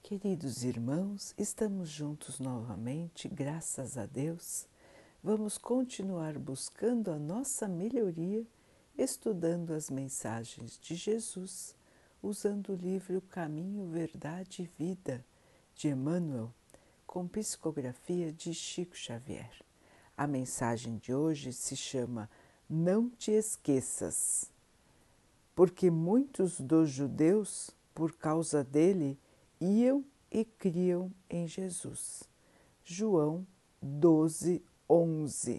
Queridos irmãos, estamos juntos novamente, graças a Deus. Vamos continuar buscando a nossa melhoria, estudando as mensagens de Jesus, usando o livro Caminho, Verdade e Vida, de Emmanuel, com psicografia de Chico Xavier. A mensagem de hoje se chama Não te esqueças, porque muitos dos judeus, por causa dele, iam e criam em Jesus. João 12, 11.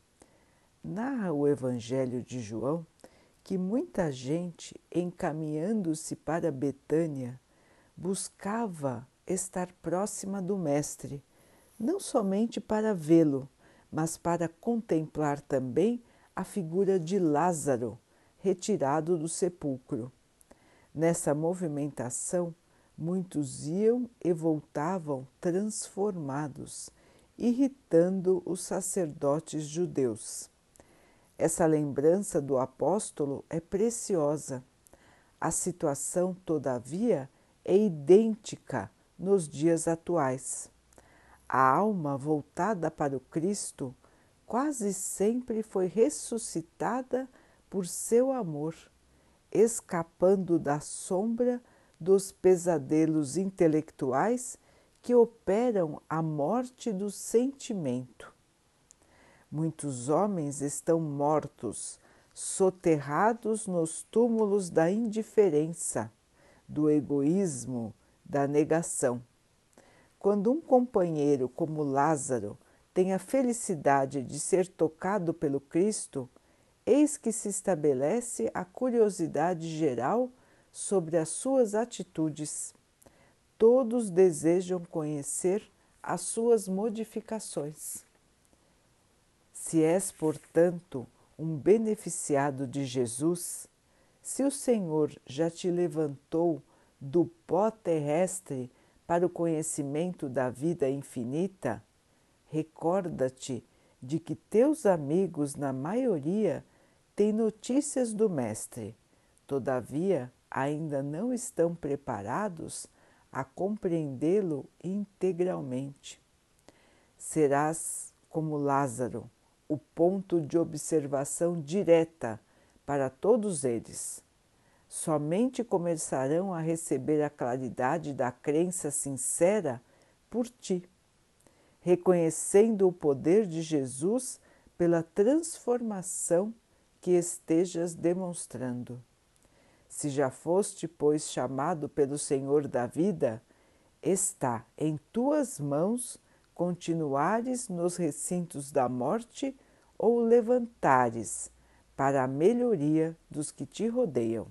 Narra o Evangelho de João que muita gente, encaminhando-se para Betânia, buscava estar próxima do Mestre, não somente para vê-lo, mas para contemplar também a figura de Lázaro, retirado do sepulcro. Nessa movimentação, muitos iam e voltavam transformados, irritando os sacerdotes judeus. Essa lembrança do apóstolo é preciosa. A situação, todavia, é idêntica nos dias atuais. A alma voltada para o Cristo quase sempre foi ressuscitada por seu amor, escapando da sombra dos pesadelos intelectuais que operam a morte do sentimento. Muitos homens estão mortos, soterrados nos túmulos da indiferença, do egoísmo, da negação. Quando um companheiro como Lázaro tem a felicidade de ser tocado pelo Cristo, eis que se estabelece a curiosidade geral sobre as suas atitudes. Todos desejam conhecer as suas modificações. Se és, portanto, um beneficiado de Jesus, se o Senhor já te levantou do pó terrestre para o conhecimento da vida infinita, recorda-te de que teus amigos, na maioria, têm notícias do Mestre, todavia ainda não estão preparados a compreendê-lo integralmente. Serás como Lázaro, o ponto de observação direta para todos eles. Somente começarão a receber a claridade da crença sincera por ti, reconhecendo o poder de Jesus pela transformação que estejas demonstrando. Se já foste, pois, chamado pelo Senhor da vida, está em tuas mãos continuares nos recintos da morte ou levantares para a melhoria dos que te rodeiam.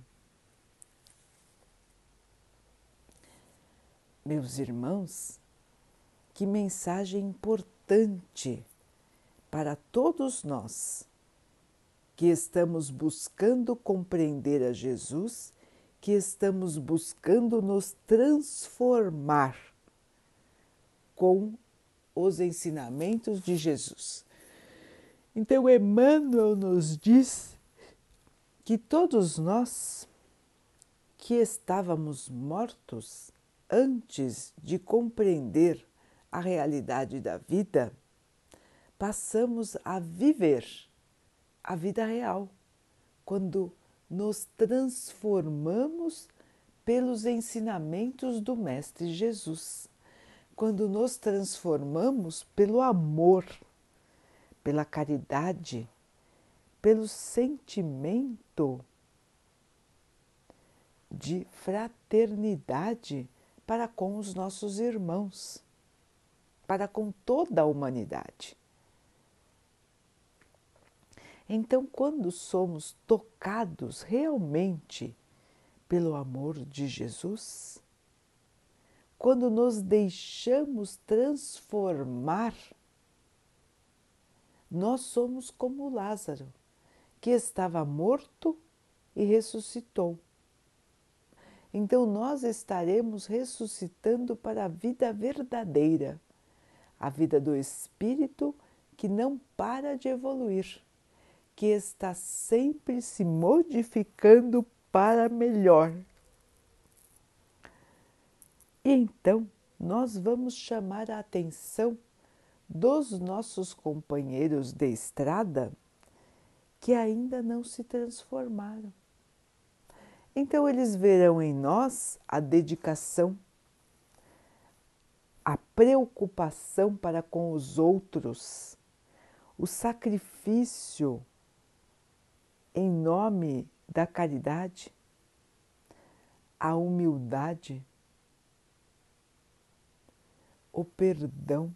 Meus irmãos, que mensagem importante para todos nós que estamos buscando compreender a Jesus, que estamos buscando nos transformar com os ensinamentos de Jesus. Então, Emmanuel nos diz que todos nós que estávamos mortos antes de compreender a realidade da vida, passamos a viver a vida real, quando nos transformamos pelos ensinamentos do Mestre Jesus, quando nos transformamos pelo amor, pela caridade, pelo sentimento de fraternidade para com os nossos irmãos, para com toda a humanidade. Então, quando somos tocados realmente pelo amor de Jesus, quando nos deixamos transformar, nós somos como Lázaro, que estava morto e ressuscitou. Então, nós estaremos ressuscitando para a vida verdadeira, a vida do Espírito que não para de evoluir, que está sempre se modificando para melhor. E então nós vamos chamar a atenção dos nossos companheiros de estrada que ainda não se transformaram. Então eles verão em nós a dedicação, a preocupação para com os outros, o sacrifício em nome da caridade, a humildade, o perdão.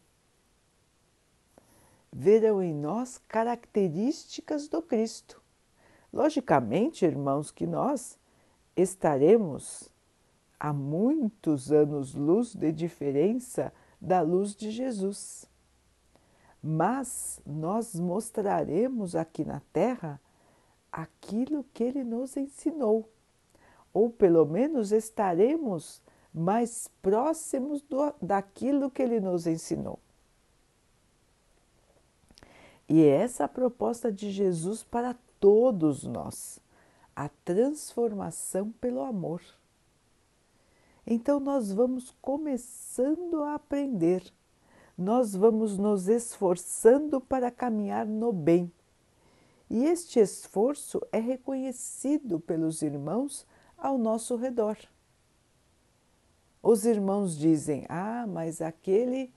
Verão em nós características do Cristo. Logicamente, irmãos, que nós estaremos a muitos anos-luz de diferença da luz de Jesus. Mas nós mostraremos aqui na Terra aquilo que Ele nos ensinou, ou pelo menos estaremos mais próximos daquilo que Ele nos ensinou. E é essa a proposta de Jesus para todos nós, a transformação pelo amor. Então nós vamos começando a aprender, nós vamos nos esforçando para caminhar no bem. E este esforço é reconhecido pelos irmãos ao nosso redor. Os irmãos dizem: ah, mas aquele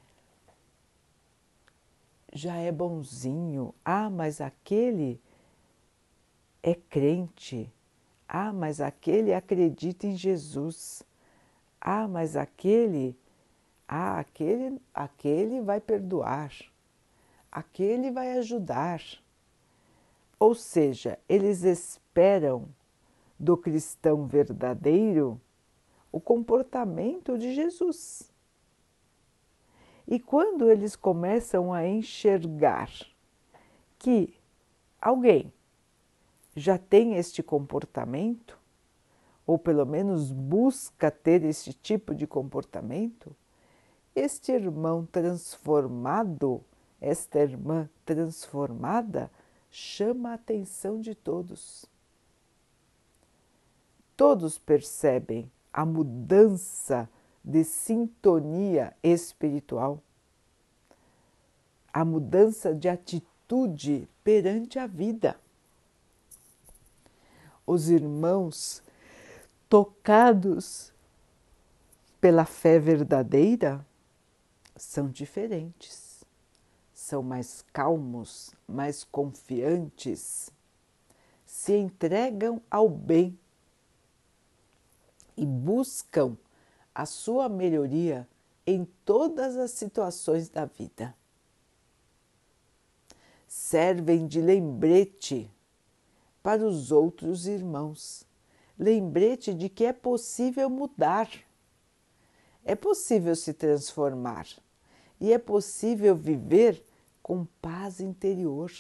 já é bonzinho, ah, mas aquele é crente, ah, mas aquele acredita em Jesus, ah, mas aquele vai perdoar, aquele vai ajudar. Ou seja, eles esperam do cristão verdadeiro o comportamento de Jesus. E quando eles começam a enxergar que alguém já tem este comportamento, ou pelo menos busca ter esse tipo de comportamento, este irmão transformado, esta irmã transformada, chama a atenção de todos. Todos percebem a mudança de sintonia espiritual, a mudança de atitude perante a vida. Os irmãos tocados pela fé verdadeira são diferentes, são mais calmos, mais confiantes, se entregam ao bem e buscam a sua melhoria em todas as situações da vida. Servem de lembrete para os outros irmãos, lembrete de que é possível mudar, é possível se transformar e é possível viver com paz interior.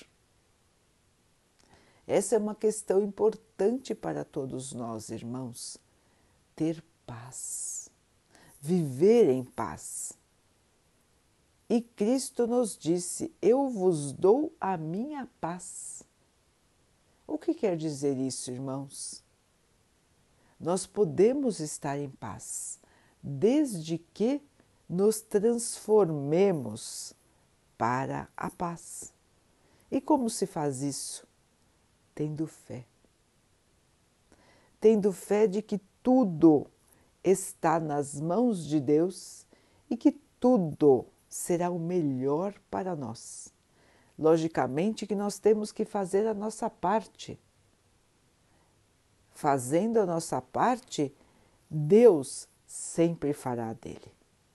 Essa é uma questão importante para todos nós, irmãos. Ter paz, viver em paz. E Cristo nos disse: eu vos dou a minha paz. O que quer dizer isso, irmãos? Nós podemos estar em paz, desde que nos transformemos para a paz. E como se faz isso? Tendo fé. Tendo fé de que tudo está nas mãos de Deus e que tudo será o melhor para nós. Logicamente que nós temos que fazer a nossa parte. Fazendo a nossa parte, Deus sempre fará dele.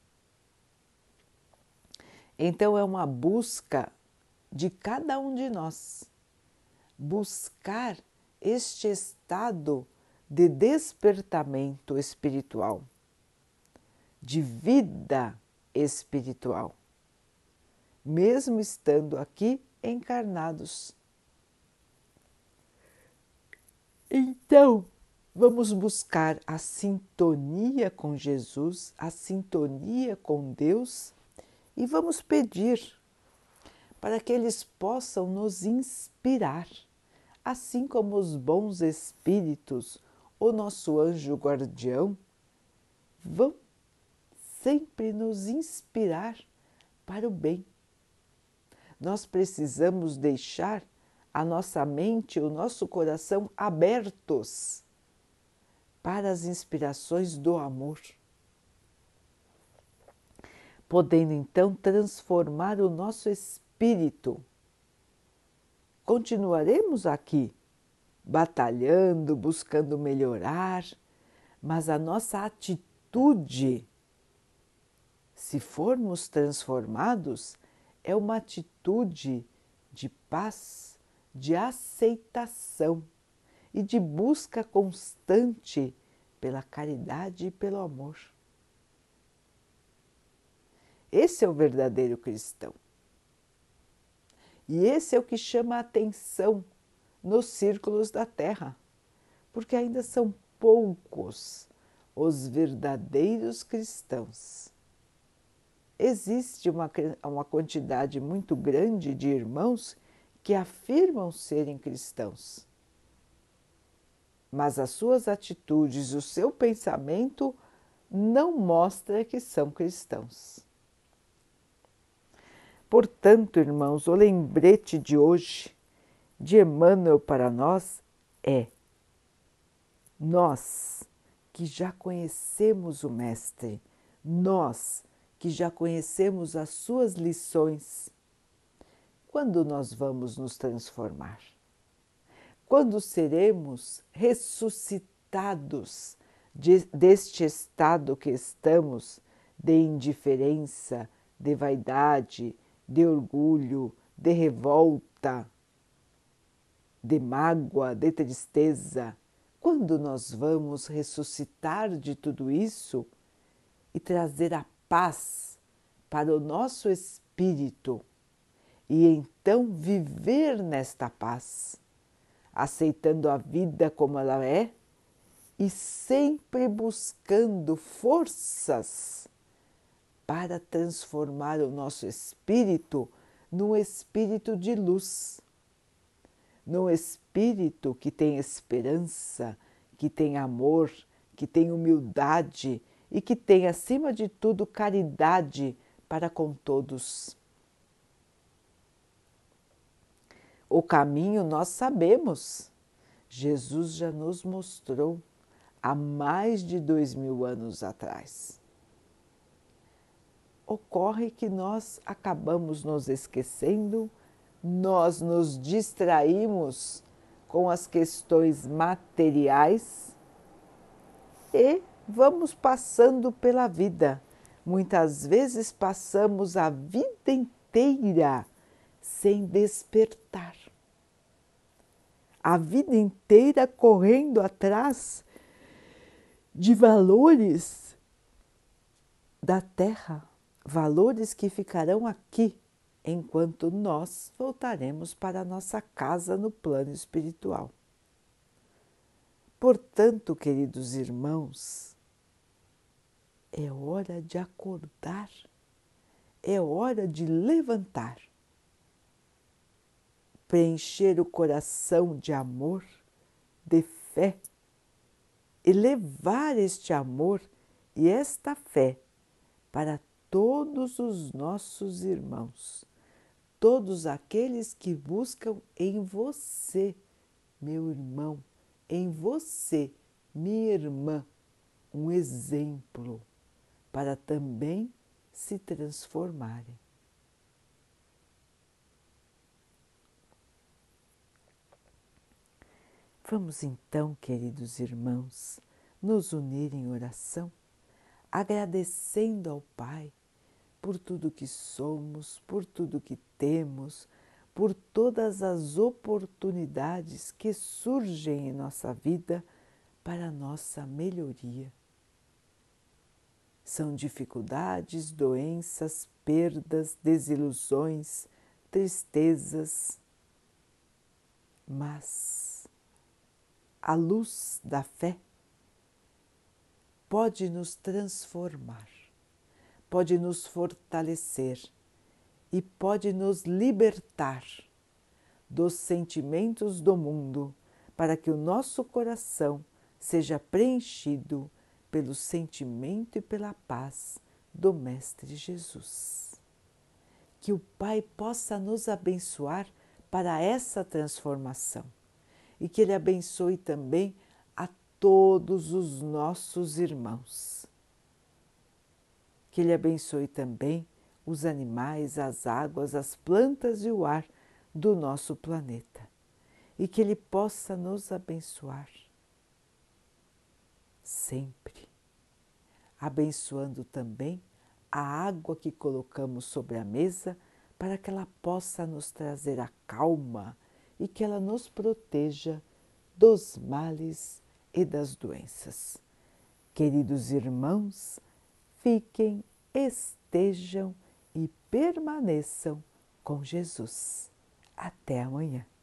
Então é uma busca de cada um de nós, buscar este estado de despertamento espiritual, de vida espiritual, mesmo estando aqui encarnados. Então, vamos buscar a sintonia com Jesus, a sintonia com Deus e vamos pedir para que eles possam nos inspirar, assim como os bons espíritos, o nosso anjo guardião, vão sempre nos inspirar para o bem. Nós precisamos deixar a nossa mente, o nosso coração abertos para as inspirações do amor, podendo então transformar o nosso espírito. Continuaremos aqui batalhando, buscando melhorar, mas a nossa atitude, se formos transformados, é uma atitude de paz, de aceitação e de busca constante pela caridade e pelo amor. Esse é o verdadeiro cristão. E esse é o que chama a atenção nos círculos da Terra, porque ainda são poucos os verdadeiros cristãos. Existe uma quantidade muito grande de irmãos que afirmam serem cristãos, mas as suas atitudes, o seu pensamento não mostra que são cristãos. Portanto, irmãos, o lembrete de hoje de Emmanuel para nós é: nós que já conhecemos o Mestre, nós que já conhecemos as suas lições, quando nós vamos nos transformar? Quando seremos ressuscitados deste estado que estamos de indiferença, de vaidade, de orgulho, de revolta, de mágoa, de tristeza? Quando nós vamos ressuscitar de tudo isso e trazer a paz para o nosso espírito e então viver nesta paz, aceitando a vida como ela é e sempre buscando forças para transformar o nosso espírito num espírito de luz, num espírito que tem esperança, que tem amor, que tem humildade e que tem, acima de tudo, caridade para com todos. O caminho nós sabemos. Jesus já nos mostrou há mais de 2000 anos atrás. Ocorre que nós acabamos nos esquecendo, nós nos distraímos com as questões materiais e vamos passando pela vida. Muitas vezes passamos a vida inteira sem despertar. A vida inteira correndo atrás de valores da Terra, valores que ficarão aqui, enquanto nós voltaremos para a nossa casa no plano espiritual. Portanto, queridos irmãos, é hora de acordar, é hora de levantar, preencher o coração de amor, de fé, e levar este amor e esta fé para todos os nossos irmãos, todos aqueles que buscam em você, meu irmão, em você, minha irmã, um exemplo para também se transformarem. Vamos então, queridos irmãos, nos unir em oração, agradecendo ao Pai por tudo que somos, por tudo que temos, por todas as oportunidades que surgem em nossa vida para a nossa melhoria. São dificuldades, doenças, perdas, desilusões, tristezas, mas a luz da fé pode nos transformar, pode nos fortalecer e pode nos libertar dos sentimentos do mundo, para que o nosso coração seja preenchido pelo sentimento e pela paz do Mestre Jesus. Que o Pai possa nos abençoar para essa transformação e que Ele abençoe também a todos os nossos irmãos. Que Ele abençoe também os animais, as águas, as plantas e o ar do nosso planeta. E que Ele possa nos abençoar sempre, abençoando também a água que colocamos sobre a mesa para que ela possa nos trazer a calma e que ela nos proteja dos males e das doenças. Queridos irmãos, fiquem, estejam e permaneçam com Jesus. Até amanhã.